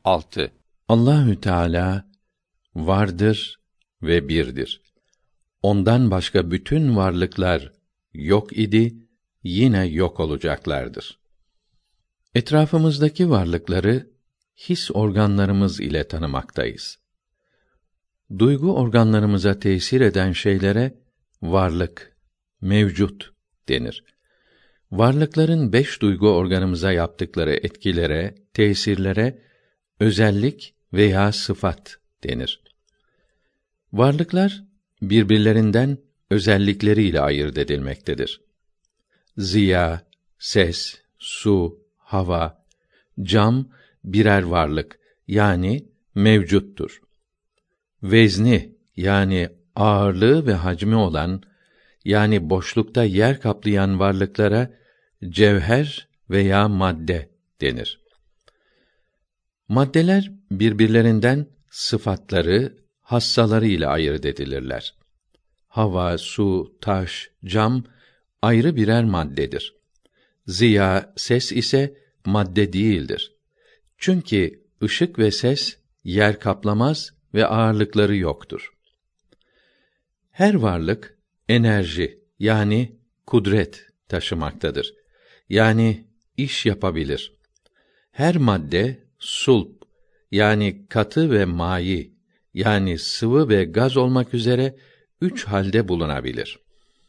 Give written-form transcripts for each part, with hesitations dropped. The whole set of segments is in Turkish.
6. Allahü Teala vardır ve birdir. Ondan başka bütün varlıklar yok idi, yine yok olacaklardır. Etrafımızdaki varlıkları his organlarımız ile tanımaktayız. Duygu organlarımıza tesir eden şeylere varlık, mevcut denir. Varlıkların 5 duygu organımıza yaptıkları etkilere, tesirlere özellik veya sıfat denir. Varlıklar birbirlerinden özellikleriyle ayırt edilmektedir. Ziya, ses, su, hava, cam birer varlık, yani mevcuttur. Vezni, yani ağırlığı ve hacmi olan, yani boşlukta yer kaplayan varlıklara cevher veya madde denir. Maddeler birbirlerinden sıfatları, hassaları ile ayırt edilirler. Hava, su, taş, cam ayrı birer maddedir. Ziya, ses ise madde değildir. Çünkü ışık ve ses yer kaplamaz ve ağırlıkları yoktur. Her varlık enerji, yani kudret taşımaktadır. Yani iş yapabilir. Her madde sulp, yani katı ve mayi, yani sıvı ve gaz olmak üzere 3 halde bulunabilir.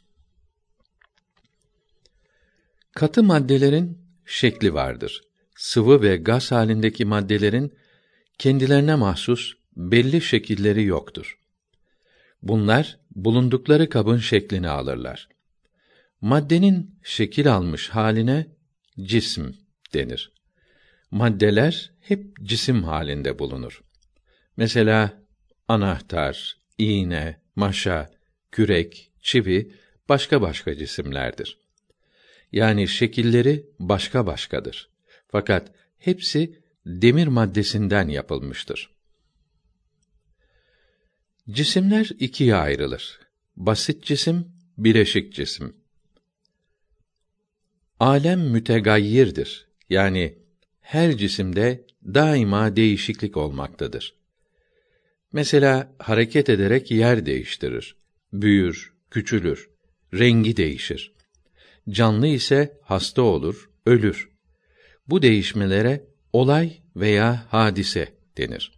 Katı maddelerin şekli vardır. Sıvı ve gaz halindeki maddelerin kendilerine mahsus belli şekilleri yoktur. Bunlar bulundukları kabın şeklini alırlar. Maddenin şekil almış haline cism denir. Maddeler hep cisim halinde bulunur. Mesela anahtar, iğne, maşa, kürek, çivi başka başka cisimlerdir. Yani şekilleri başka başkadır. Fakat hepsi demir maddesinden yapılmıştır. Cisimler ikiye ayrılır. Basit cisim, bileşik cisim. Alem mütegayyirdir. Yani her cisimde daima değişiklik olmaktadır. Mesela hareket ederek yer değiştirir, büyür, küçülür, rengi değişir. Canlı ise hasta olur, ölür. Bu değişmelere olay veya hadise denir.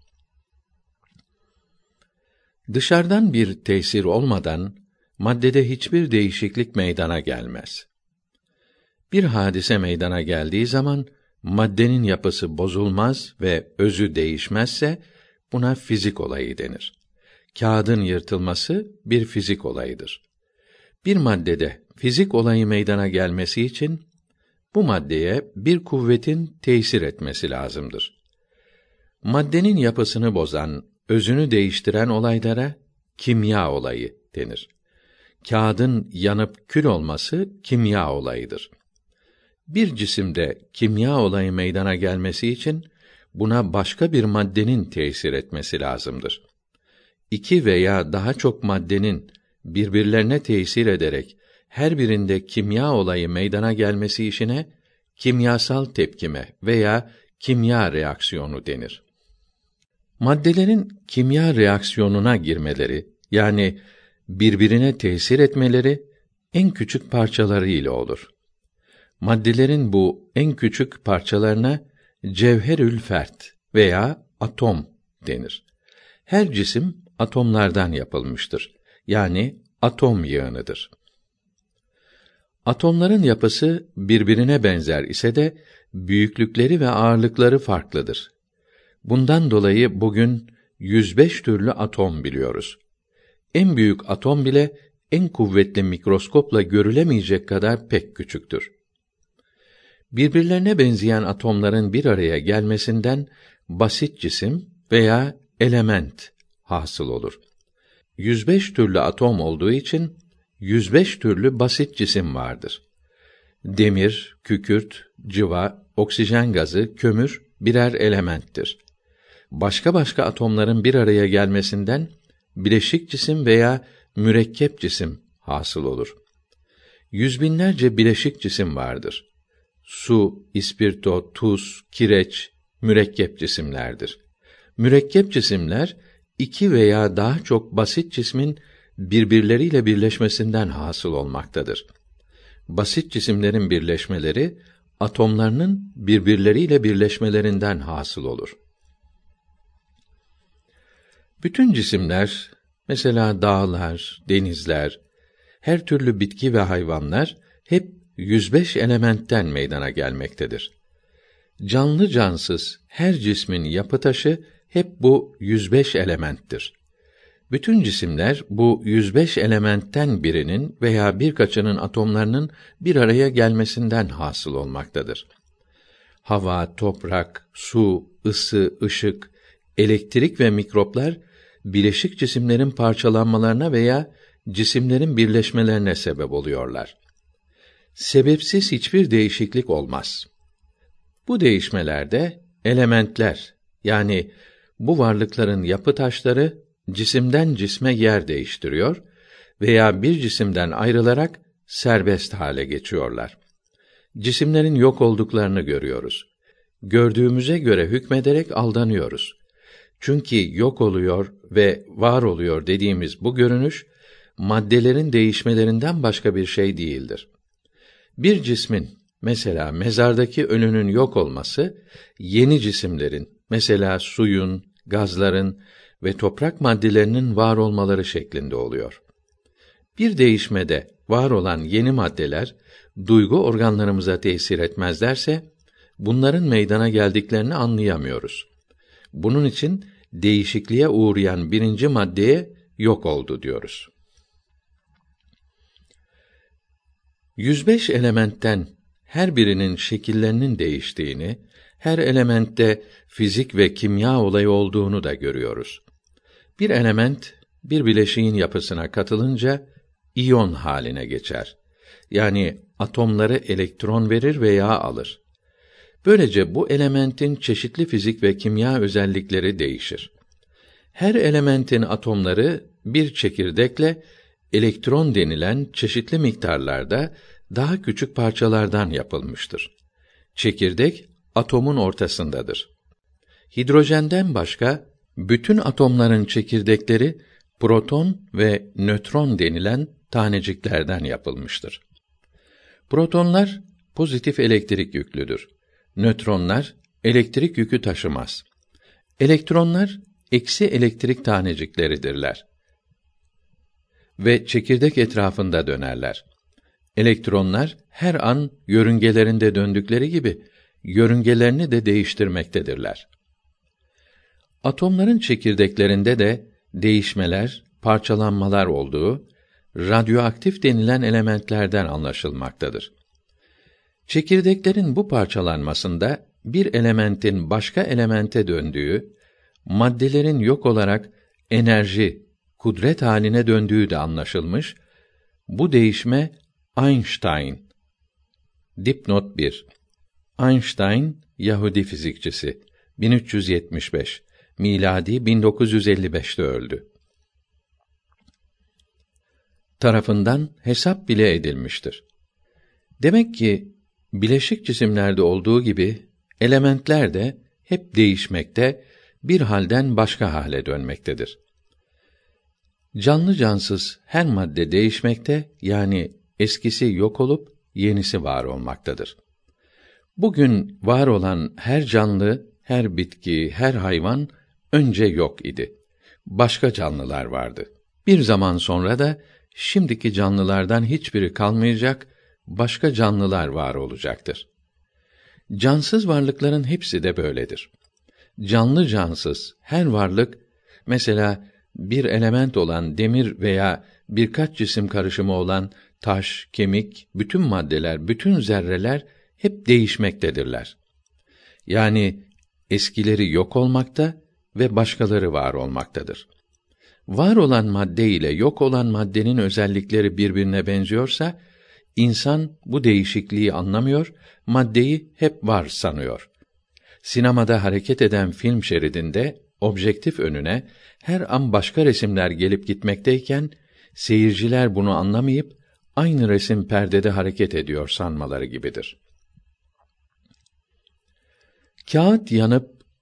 Dışarıdan bir tesir olmadan maddede hiçbir değişiklik meydana gelmez. Bir hadise meydana geldiği zaman maddenin yapısı bozulmaz ve özü değişmezse buna fizik olayı denir. Kağıdın yırtılması bir fizik olayıdır. Bir maddede fizik olayı meydana gelmesi için bu maddeye bir kuvvetin tesir etmesi lazımdır. Maddenin yapısını bozan, özünü değiştiren olaylara kimya olayı denir. Kağıdın yanıp kül olması kimya olayıdır. Bir cisimde kimya olayı meydana gelmesi için buna başka bir maddenin tesir etmesi lazımdır. 2 veya daha çok maddenin birbirlerine tesir ederek her birinde kimya olayı meydana gelmesi işine kimyasal tepkime veya kimya reaksiyonu denir. Maddelerin kimya reaksiyonuna girmeleri, yani birbirine tesir etmeleri en küçük parçaları ile olur. Maddelerin bu en küçük parçalarına cevherül fert veya atom denir. Her cisim atomlardan yapılmıştır. Yani atom yığınıdır. Atomların yapısı birbirine benzer ise de büyüklükleri ve ağırlıkları farklıdır. Bundan dolayı bugün 105 türlü atom biliyoruz. En büyük atom bile en kuvvetli mikroskopla görülemeyecek kadar pek küçüktür. Birbirlerine benzeyen atomların bir araya gelmesinden basit cisim veya element hasıl olur. 105 türlü atom olduğu için 105 türlü basit cisim vardır. Demir, kükürt, cıva, oksijen gazı, kömür birer elementtir. Başka başka atomların bir araya gelmesinden bileşik cisim veya mürekkep cisim hasıl olur. Yüz binlerce bileşik cisim vardır. Su, ispirto, tuz, kireç, mürekkep cisimlerdir. Mürekkep cisimler, iki veya daha çok basit cismin birbirleriyle birleşmesinden hasıl olmaktadır. Basit cisimlerin birleşmeleri, atomlarının birbirleriyle birleşmelerinden hasıl olur. Bütün cisimler, mesela dağlar, denizler, her türlü bitki ve hayvanlar hep 105 elementten meydana gelmektedir. Canlı cansız her cismin yapı taşı hep bu 105 elementtir. Bütün cisimler bu 105 elementten birinin veya birkaçının atomlarının bir araya gelmesinden hasıl olmaktadır. Hava, toprak, su, ısı, ışık, elektrik ve mikroplar bileşik cisimlerin parçalanmalarına veya cisimlerin birleşmelerine sebep oluyorlar. Sebepsiz hiçbir değişiklik olmaz. Bu değişmelerde elementler, yani bu varlıkların yapı taşları cisimden cisme yer değiştiriyor veya bir cisimden ayrılarak serbest hale geçiyorlar. Cisimlerin yok olduklarını görüyoruz. Gördüğümüze göre hükmederek aldanıyoruz. Çünkü yok oluyor ve var oluyor dediğimiz bu görünüş, maddelerin değişmelerinden başka bir şey değildir. Bir cismin, mesela mezardaki ölünün yok olması, yeni cisimlerin, mesela suyun, gazların ve toprak maddelerinin var olmaları şeklinde oluyor. Bir değişmede var olan yeni maddeler, duygu organlarımıza tesir etmezlerse, bunların meydana geldiklerini anlayamıyoruz. Bunun için değişikliğe uğrayan birinci maddeye yok oldu diyoruz. 105 elementten her birinin şekillerinin değiştiğini, her elementte fizik ve kimya olayı olduğunu da görüyoruz. Bir element, bir bileşiğin yapısına katılınca, iyon haline geçer. Yani atomları elektron verir veya alır. Böylece bu elementin çeşitli fizik ve kimya özellikleri değişir. Her elementin atomları bir çekirdekle elektron denilen çeşitli miktarlarda daha küçük parçalardan yapılmıştır. Çekirdek atomun ortasındadır. Hidrojenden başka bütün atomların çekirdekleri proton ve nötron denilen taneciklerden yapılmıştır. Protonlar pozitif elektrik yüklüdür. Nötronlar elektrik yükü taşımaz. Elektronlar eksi elektrik tanecikleridirler ve çekirdek etrafında dönerler. Elektronlar her an yörüngelerinde döndükleri gibi yörüngelerini de değiştirmektedirler. Atomların çekirdeklerinde de değişmeler, parçalanmalar olduğu radyoaktif denilen elementlerden anlaşılmaktadır. Çekirdeklerin bu parçalanmasında bir elementin başka elemente döndüğü, maddelerin yok olarak enerji, kudret haline döndüğü de anlaşılmış. Bu değişme Einstein. Dipnot 1. Einstein, Yahudi fizikçisi. 1375. Miladi 1955'te öldü. Tarafından hesap bile edilmiştir. Demek ki bileşik cisimlerde olduğu gibi elementler de hep değişmekte, bir halden başka hale dönmektedir. Canlı cansız her madde değişmekte, yani eskisi yok olup yenisi var olmaktadır. Bugün var olan her canlı, her bitki, her hayvan önce yok idi. Başka canlılar vardı. Bir zaman sonra da şimdiki canlılardan hiçbiri kalmayacak, başka canlılar var olacaktır. Cansız varlıkların hepsi de böyledir. Canlı cansız her varlık, mesela bir element olan demir veya birkaç cisim karışımı olan taş, kemik, bütün maddeler, bütün zerreler hep değişmektedirler. Yani eskileri yok olmakta ve başkaları var olmaktadır. Var olan madde ile yok olan maddenin özellikleri birbirine benziyorsa, insan bu değişikliği anlamıyor, maddeyi hep var sanıyor. Sinemada hareket eden film şeridinde, objektif önüne her an başka resimler gelip gitmekteyken, seyirciler bunu anlamayıp, aynı resim perdede hareket ediyor sanmaları gibidir. Kağıt yanıp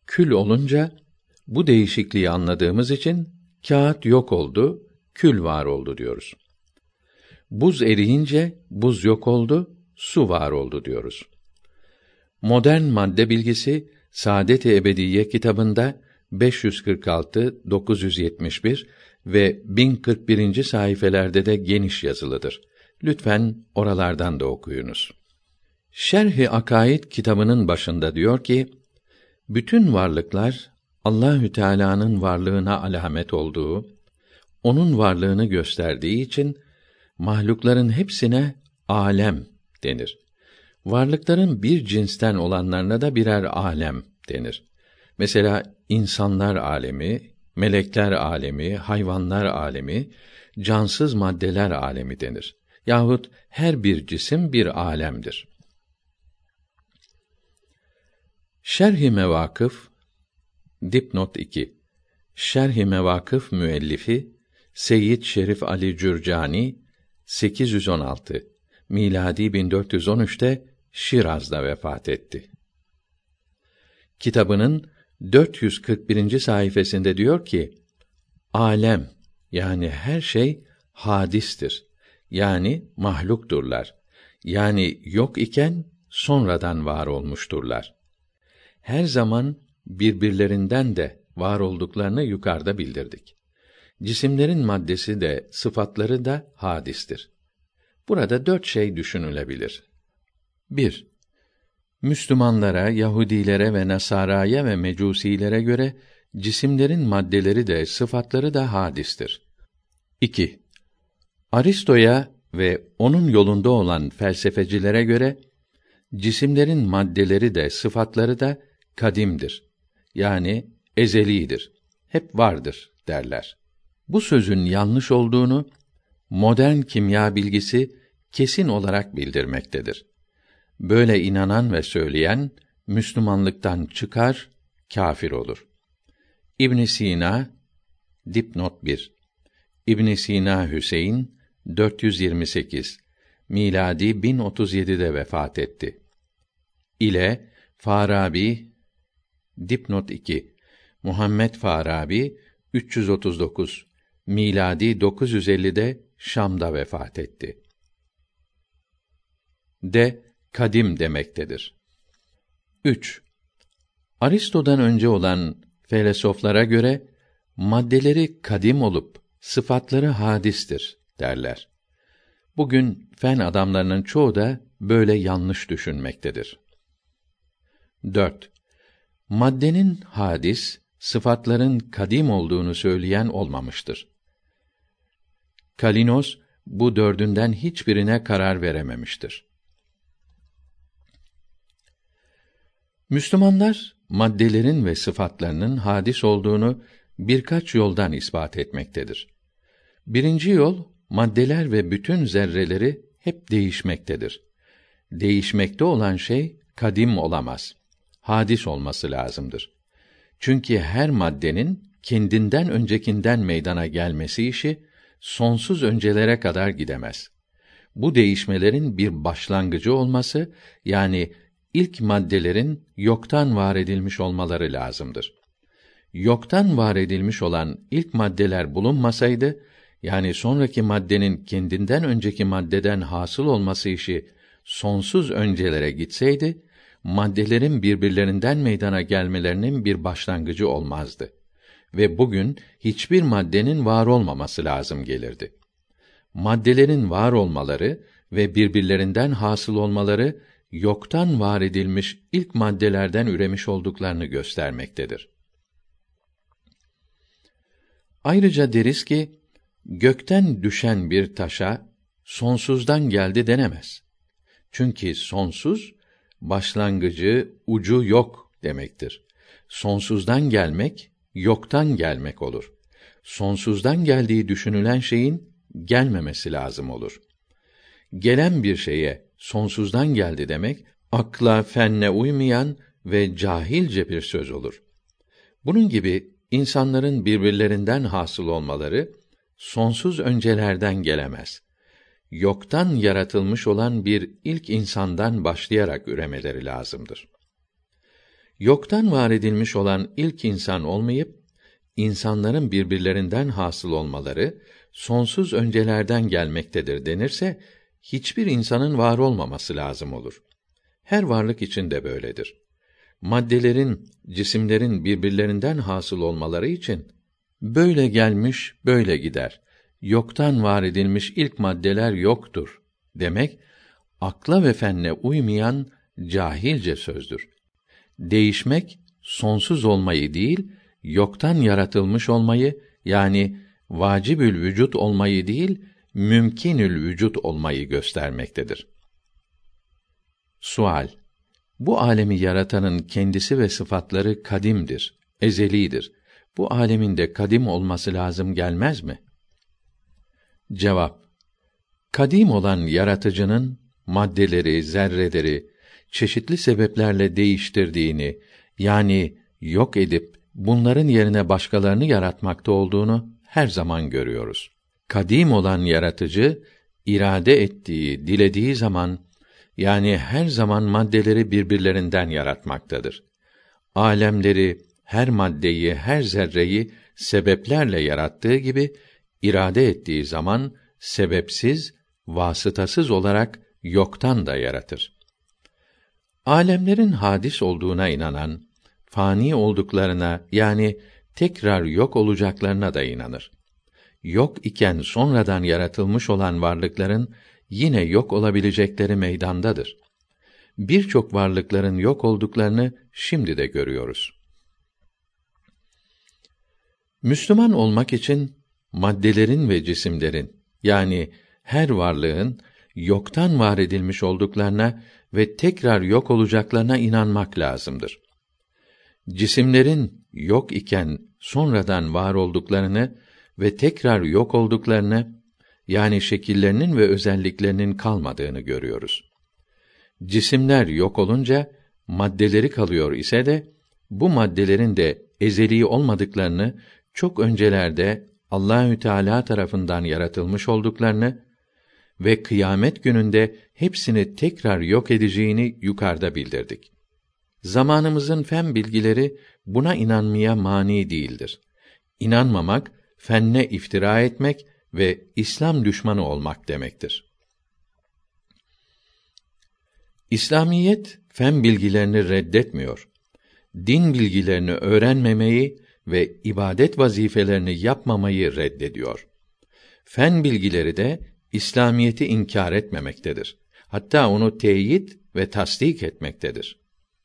Kül olunca, bu değişikliği anladığımız için, kağıt yok oldu, kül var oldu diyoruz. Buz eriyince, buz yok oldu, su var oldu diyoruz. Modern madde bilgisi, Saadet-i Ebediyye kitabında 546, 971 ve 1041. sayfelerde de geniş yazılıdır. Lütfen oralardan da okuyunuz. Şerh-i Akaid kitabının başında diyor ki, bütün varlıklar Allahü Teala'nın varlığına alamet olduğu, onun varlığını gösterdiği için mahlukların hepsine alem denir. Varlıkların bir cinsten olanlarına da birer alem denir. Mesela insanlar alemi, melekler alemi, hayvanlar alemi, cansız maddeler alemi denir. Yahut her bir cisim bir alemdir. Şerh-i Mevâkıf dipnot 2. Şerh-i Mevâkıf müellifi Seyyid Şerif Ali Cürcani 816 miladi 1413'te Şiraz'da vefat etti. Kitabının 441. sayfasında diyor ki, alem yani her şey hadistir. Yani mahlukturlar. Yani yok iken sonradan var olmuşturlar. Her zaman birbirlerinden de var olduklarını yukarıda bildirdik. Cisimlerin maddesi de sıfatları da hadistir. Burada 4 şey düşünülebilir. 1. Müslümanlara, Yahudilere ve Nasara'ya ve Mecusilere göre cisimlerin maddeleri de sıfatları da hadistir. 2. Aristo'ya ve onun yolunda olan felsefecilere göre cisimlerin maddeleri de sıfatları da kadimdir. Yani ezelidir. Hep vardır derler. Bu sözün yanlış olduğunu modern kimya bilgisi kesin olarak bildirmektedir. Böyle inanan ve söyleyen Müslümanlıktan çıkar, kâfir olur. İbn Sina dipnot 1. İbn Sina Hüseyin 428 miladi 1037'de vefat etti. İle Farabi dipnot 2. Muhammed Farabi 339 miladi 950'de Şam'da vefat etti. Kadim demektedir. 3. Aristo'dan önce olan felsefelere göre maddeleri kadim olup sıfatları hadistir derler. Bugün fen adamlarının çoğu da böyle yanlış düşünmektedir. 4. Maddenin hadis, sıfatların kadim olduğunu söyleyen olmamıştır. Kalinos bu dördünden hiçbirine karar verememiştir. Müslümanlar maddelerin ve sıfatlarının hadis olduğunu birkaç yoldan ispat etmektedir. Birinci yol, maddeler ve bütün zerreleri hep değişmektedir. Değişmekte olan şey kadim olamaz. Hadis olması lazımdır. Çünkü her maddenin kendinden öncekinden meydana gelmesi işi sonsuz öncelere kadar gidemez. Bu değişmelerin bir başlangıcı olması, yani ilk maddelerin yoktan var edilmiş olmaları lazımdır. Yoktan var edilmiş olan ilk maddeler bulunmasaydı, yani sonraki maddenin kendinden önceki maddeden hasıl olması işi sonsuz öncelere gitseydi, maddelerin birbirlerinden meydana gelmelerinin bir başlangıcı olmazdı. Ve bugün hiçbir maddenin var olmaması lazım gelirdi. Maddelerin var olmaları ve birbirlerinden hasıl olmaları, yoktan var edilmiş ilk maddelerden üremiş olduklarını göstermektedir. Ayrıca deriz ki, gökten düşen bir taşa sonsuzdan geldi denemez. Çünkü sonsuz, başlangıcı, ucu yok demektir. Sonsuzdan gelmek, yoktan gelmek olur. Sonsuzdan geldiği düşünülen şeyin gelmemesi lazım olur. Gelen bir şeye sonsuzdan geldi demek, akla, fenne uymayan ve cahilce bir söz olur. Bunun gibi insanların birbirlerinden hasıl olmaları sonsuz öncelerden gelemez. Yoktan yaratılmış olan bir ilk insandan başlayarak üremeleri lazımdır. Yoktan var edilmiş olan ilk insan olmayıp, insanların birbirlerinden hasıl olmaları, sonsuz öncelerden gelmektedir denirse, hiçbir insanın var olmaması lazım olur. Her varlık için de böyledir. Maddelerin, cisimlerin birbirlerinden hasıl olmaları için, böyle gelmiş, böyle gider. Yoktan var edilmiş ilk maddeler yoktur demek, akla ve fenne uymayan cahilce sözdür. Değişmek, sonsuz olmayı değil, yoktan yaratılmış olmayı, yani vacibül vücut olmayı değil, mümkinül vücut olmayı göstermektedir. Sual: Bu alemi yaratanın kendisi ve sıfatları kadimdir, ezelidir. Bu alemin de kadim olması lazım gelmez mi? Cevap: Kadim olan yaratıcının maddeleri, zerreleri çeşitli sebeplerle değiştirdiğini, yani yok edip bunların yerine başkalarını yaratmakta olduğunu her zaman görüyoruz. Kadim olan yaratıcı irade ettiği, dilediği zaman, yani her zaman maddeleri birbirlerinden yaratmaktadır. Âlemleri, her maddeyi, her zerreyi sebeplerle yarattığı gibi, irade ettiği zaman sebepsiz, vasıtasız olarak yoktan da yaratır. Âlemlerin hadis olduğuna inanan, fani olduklarına, yani tekrar yok olacaklarına da inanır. Yok iken sonradan yaratılmış olan varlıkların yine yok olabilecekleri meydandadır. Birçok varlıkların yok olduklarını şimdi de görüyoruz. Müslüman olmak için maddelerin ve cisimlerin, yani her varlığın yoktan var edilmiş olduklarına ve tekrar yok olacaklarına inanmak lazımdır. Cisimlerin yok iken sonradan var olduklarını ve tekrar yok olduklarını, yani şekillerinin ve özelliklerinin kalmadığını görüyoruz. Cisimler yok olunca maddeleri kalıyor ise de, bu maddelerin de ezeli olmadıklarını, çok öncelerde Allahü Teala tarafından yaratılmış olduklarını ve kıyamet gününde hepsini tekrar yok edeceğini yukarıda bildirdik. Zamanımızın fen bilgileri buna inanmaya mani değildir. İnanmamak, fenne iftira etmek ve İslam düşmanı olmak demektir. İslamiyet fen bilgilerini reddetmiyor. Din bilgilerini öğrenmemeyi ve ibadet vazifelerini yapmamayı reddediyor. Fen bilgileri de İslamiyeti inkar etmemektedir. Hatta onu teyit ve tasdik etmektedir.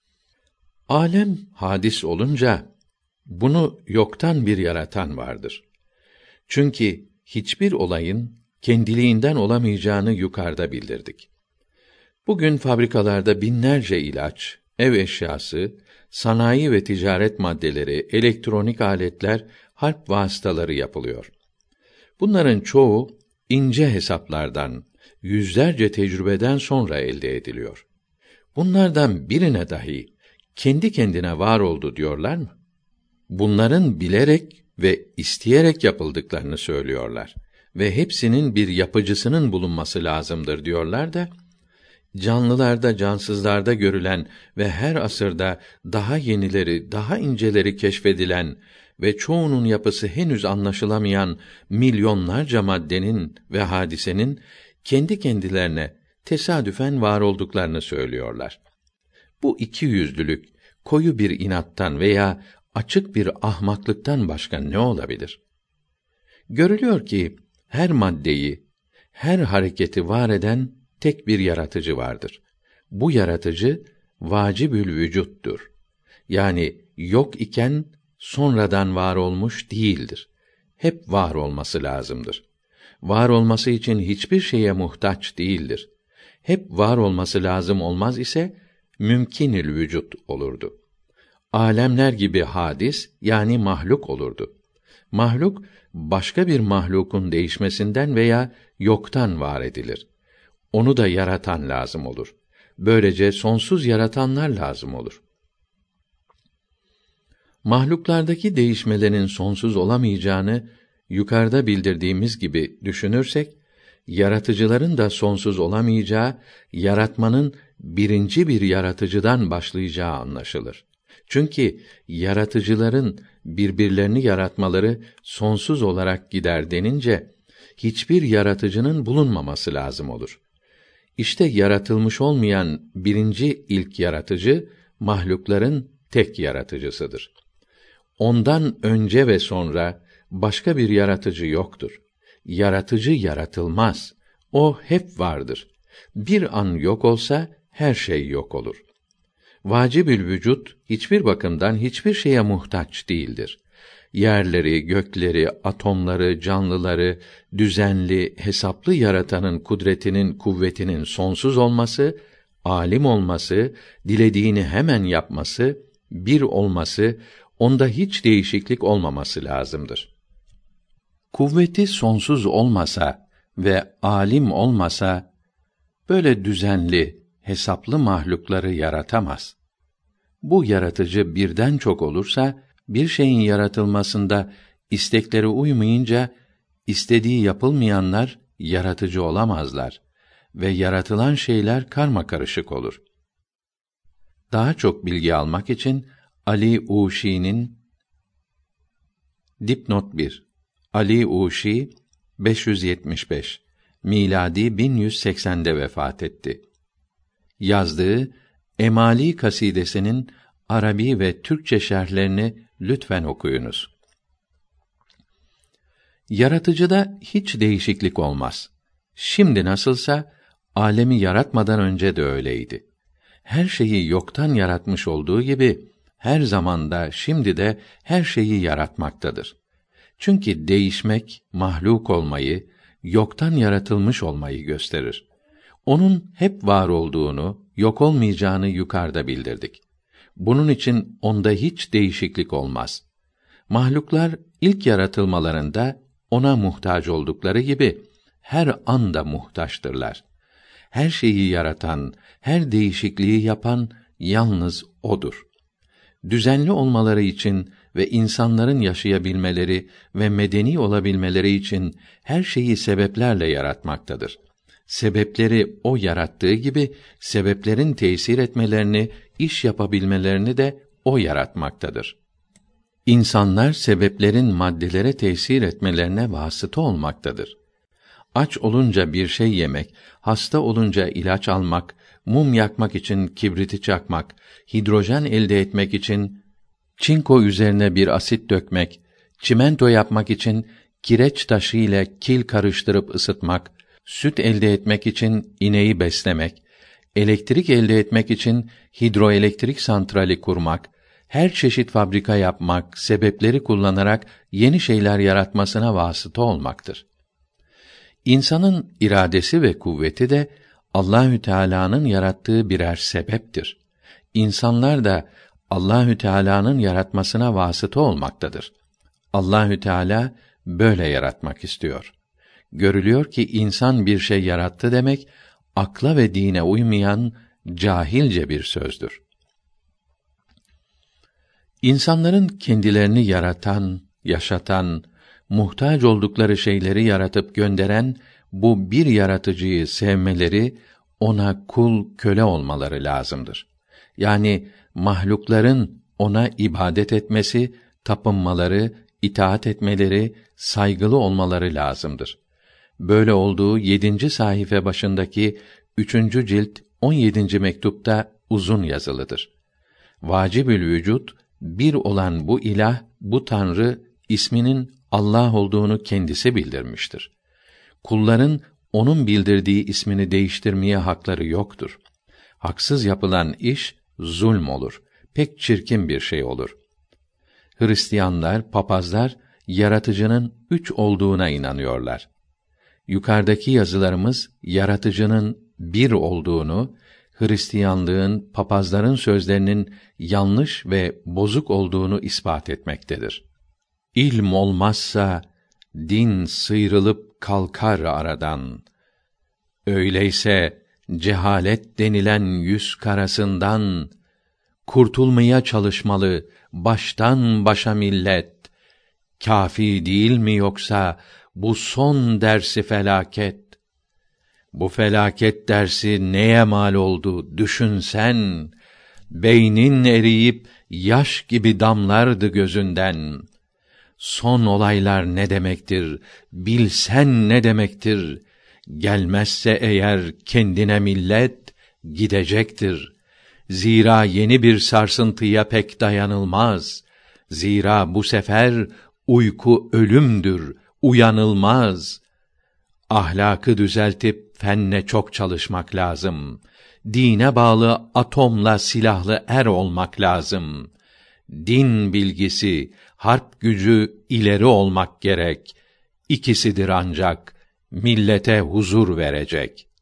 Alem hadis olunca bunu yoktan bir yaratan vardır. Çünkü hiçbir olayın kendiliğinden olamayacağını yukarıda bildirdik. Bugün fabrikalarda binlerce ilaç, ev eşyası, sanayi ve ticaret maddeleri, elektronik aletler, harp vasıtaları yapılıyor. Bunların çoğu ince hesaplardan, yüzlerce tecrübeden sonra elde ediliyor. Bunlardan birine dahi kendi kendine var oldu diyorlar mı? Bunların bilerek ve isteyerek yapıldıklarını söylüyorlar ve hepsinin bir yapıcısının bulunması lazımdır diyorlar da, canlılarda, cansızlarda görülen ve her asırda daha yenileri, daha inceleri keşfedilen ve çoğunun yapısı henüz anlaşılamayan milyonlarca maddenin ve hadisenin kendi kendilerine tesadüfen var olduklarını söylüyorlar. Bu ikiyüzlülük, koyu bir inattan veya açık bir ahmaklıktan başka ne olabilir? Görülüyor ki, her maddeyi, her hareketi var eden tek bir yaratıcı vardır. Bu yaratıcı, vacibül vücuttur. Yani yok iken, sonradan var olmuş değildir. Hep var olması lazımdır. Var olması için hiçbir şeye muhtaç değildir. Hep var olması lazım olmaz ise, mümkinül vücut olurdu. Âlemler gibi hadis, yani mahluk olurdu. Mahluk, başka bir mahlukun değişmesinden veya yoktan var edilir. Onu da yaratan lazım olur. Böylece sonsuz yaratanlar lazım olur. Mahluklardaki değişmelerin sonsuz olamayacağını yukarıda bildirdiğimiz gibi düşünürsek, yaratıcıların da sonsuz olamayacağı, yaratmanın birinci bir yaratıcıdan başlayacağı anlaşılır. Çünkü yaratıcıların birbirlerini yaratmaları sonsuz olarak gider denince, hiçbir yaratıcının bulunmaması lazım olur. İşte yaratılmış olmayan birinci ilk yaratıcı, mahlukların tek yaratıcısıdır. Ondan önce ve sonra başka bir yaratıcı yoktur. Yaratıcı yaratılmaz. O hep vardır. Bir an yok olsa her şey yok olur. Vacibül vücut hiçbir bakımdan hiçbir şeye muhtaç değildir. Yerleri, gökleri, atomları, canlıları düzenli, hesaplı yaratanın kudretinin, kuvvetinin sonsuz olması, alim olması, dilediğini hemen yapması, bir olması, onda hiç değişiklik olmaması lazımdır. Kuvveti sonsuz olmasa ve alim olmasa, böyle düzenli, hesaplı mahlukları yaratamaz. Bu yaratıcı birden çok olursa, bir şeyin yaratılmasında istekleri uymayınca, istediği yapılmayanlar yaratıcı olamazlar ve yaratılan şeyler karmakarışık olur. Daha çok bilgi almak için Ali Uşi'nin Dipnot 1. Ali Uşi 575 miladi 1180'de vefat etti. Yazdığı Emali kasidesinin Arabi ve Türkçe şerhlerini lütfen okuyunuz. Yaratıcıda hiç değişiklik olmaz. Şimdi nasılsa alemi yaratmadan önce de öyleydi. Her şeyi yoktan yaratmış olduğu gibi her zamanda şimdi de her şeyi yaratmaktadır. Çünkü değişmek mahluk olmayı, yoktan yaratılmış olmayı gösterir. Onun hep var olduğunu, yok olmayacağını yukarıda bildirdik. Bunun için onda hiç değişiklik olmaz. Mahluklar ilk yaratılmalarında ona muhtaç oldukları gibi her anda muhtaçtırlar. Her şeyi yaratan, her değişikliği yapan yalnız odur. Düzenli olmaları için ve insanların yaşayabilmeleri ve medeni olabilmeleri için her şeyi sebeplerle yaratmaktadır. Sebepleri o yarattığı gibi sebeplerin tesir etmelerini, iş yapabilmelerini de o yaratmaktadır. İnsanlar sebeplerin maddelere tesir etmelerine vasıta olmaktadır. Aç olunca bir şey yemek, hasta olunca ilaç almak, mum yakmak için kibriti çakmak, hidrojen elde etmek için çinko üzerine bir asit dökmek, çimento yapmak için kireç taşı ile kil karıştırıp ısıtmak, süt elde etmek için ineği beslemek, elektrik elde etmek için hidroelektrik santrali kurmak, her çeşit fabrika yapmak, sebepleri kullanarak yeni şeyler yaratmasına vasıta olmaktır. İnsanın iradesi ve kuvveti de Allahü Teala'nın yarattığı birer sebeptir. İnsanlar da Allahü Teala'nın yaratmasına vasıta olmaktadır. Allahü Teala böyle yaratmak istiyor. Görülüyor ki insan bir şey yarattı demek, akla ve dine uymayan cahilce bir sözdür. İnsanların kendilerini yaratan, yaşatan, muhtaç oldukları şeyleri yaratıp gönderen bu bir yaratıcıyı sevmeleri, ona kul, köle olmaları lazımdır. Yani mahlukların ona ibadet etmesi, tapınmaları, itaat etmeleri, saygılı olmaları lazımdır. Böyle olduğu 7. sayfa başındaki 3. cilt 17. mektupta uzun yazılıdır. Vacibül vücut, bir olan bu ilah, bu Tanrı isminin Allah olduğunu kendisi bildirmiştir. Kulların onun bildirdiği ismini değiştirmeye hakları yoktur. Haksız yapılan iş zulm olur. Pek çirkin bir şey olur. Hristiyanlar, papazlar yaratıcının 3 olduğuna inanıyorlar. Yukarıdaki yazılarımız yaratıcının bir olduğunu, Hristiyanlığın, papazların sözlerinin yanlış ve bozuk olduğunu ispat etmektedir. İlm olmazsa din sıyrılıp kalkar aradan. Öyleyse cehalet denilen yüz karasından kurtulmaya çalışmalı baştan başa millet. Kâfi değil mi yoksa bu son dersi felaket? Bu felaket dersi neye mal oldu düşünsen, beynin eriyip yaş gibi damlardı gözünden. Son olaylar ne demektir, bilsen ne demektir. Gelmezse eğer kendine millet, gidecektir. Zira yeni bir sarsıntıya pek dayanılmaz. Zira bu sefer uyku ölümdür, uyanılmaz. Ahlakı düzeltip fenne çok çalışmak lazım. Dine bağlı atomla silahlı er olmak lazım. Din bilgisi, harp gücü ileri olmak gerek. İkisidir ancak millete huzur verecek.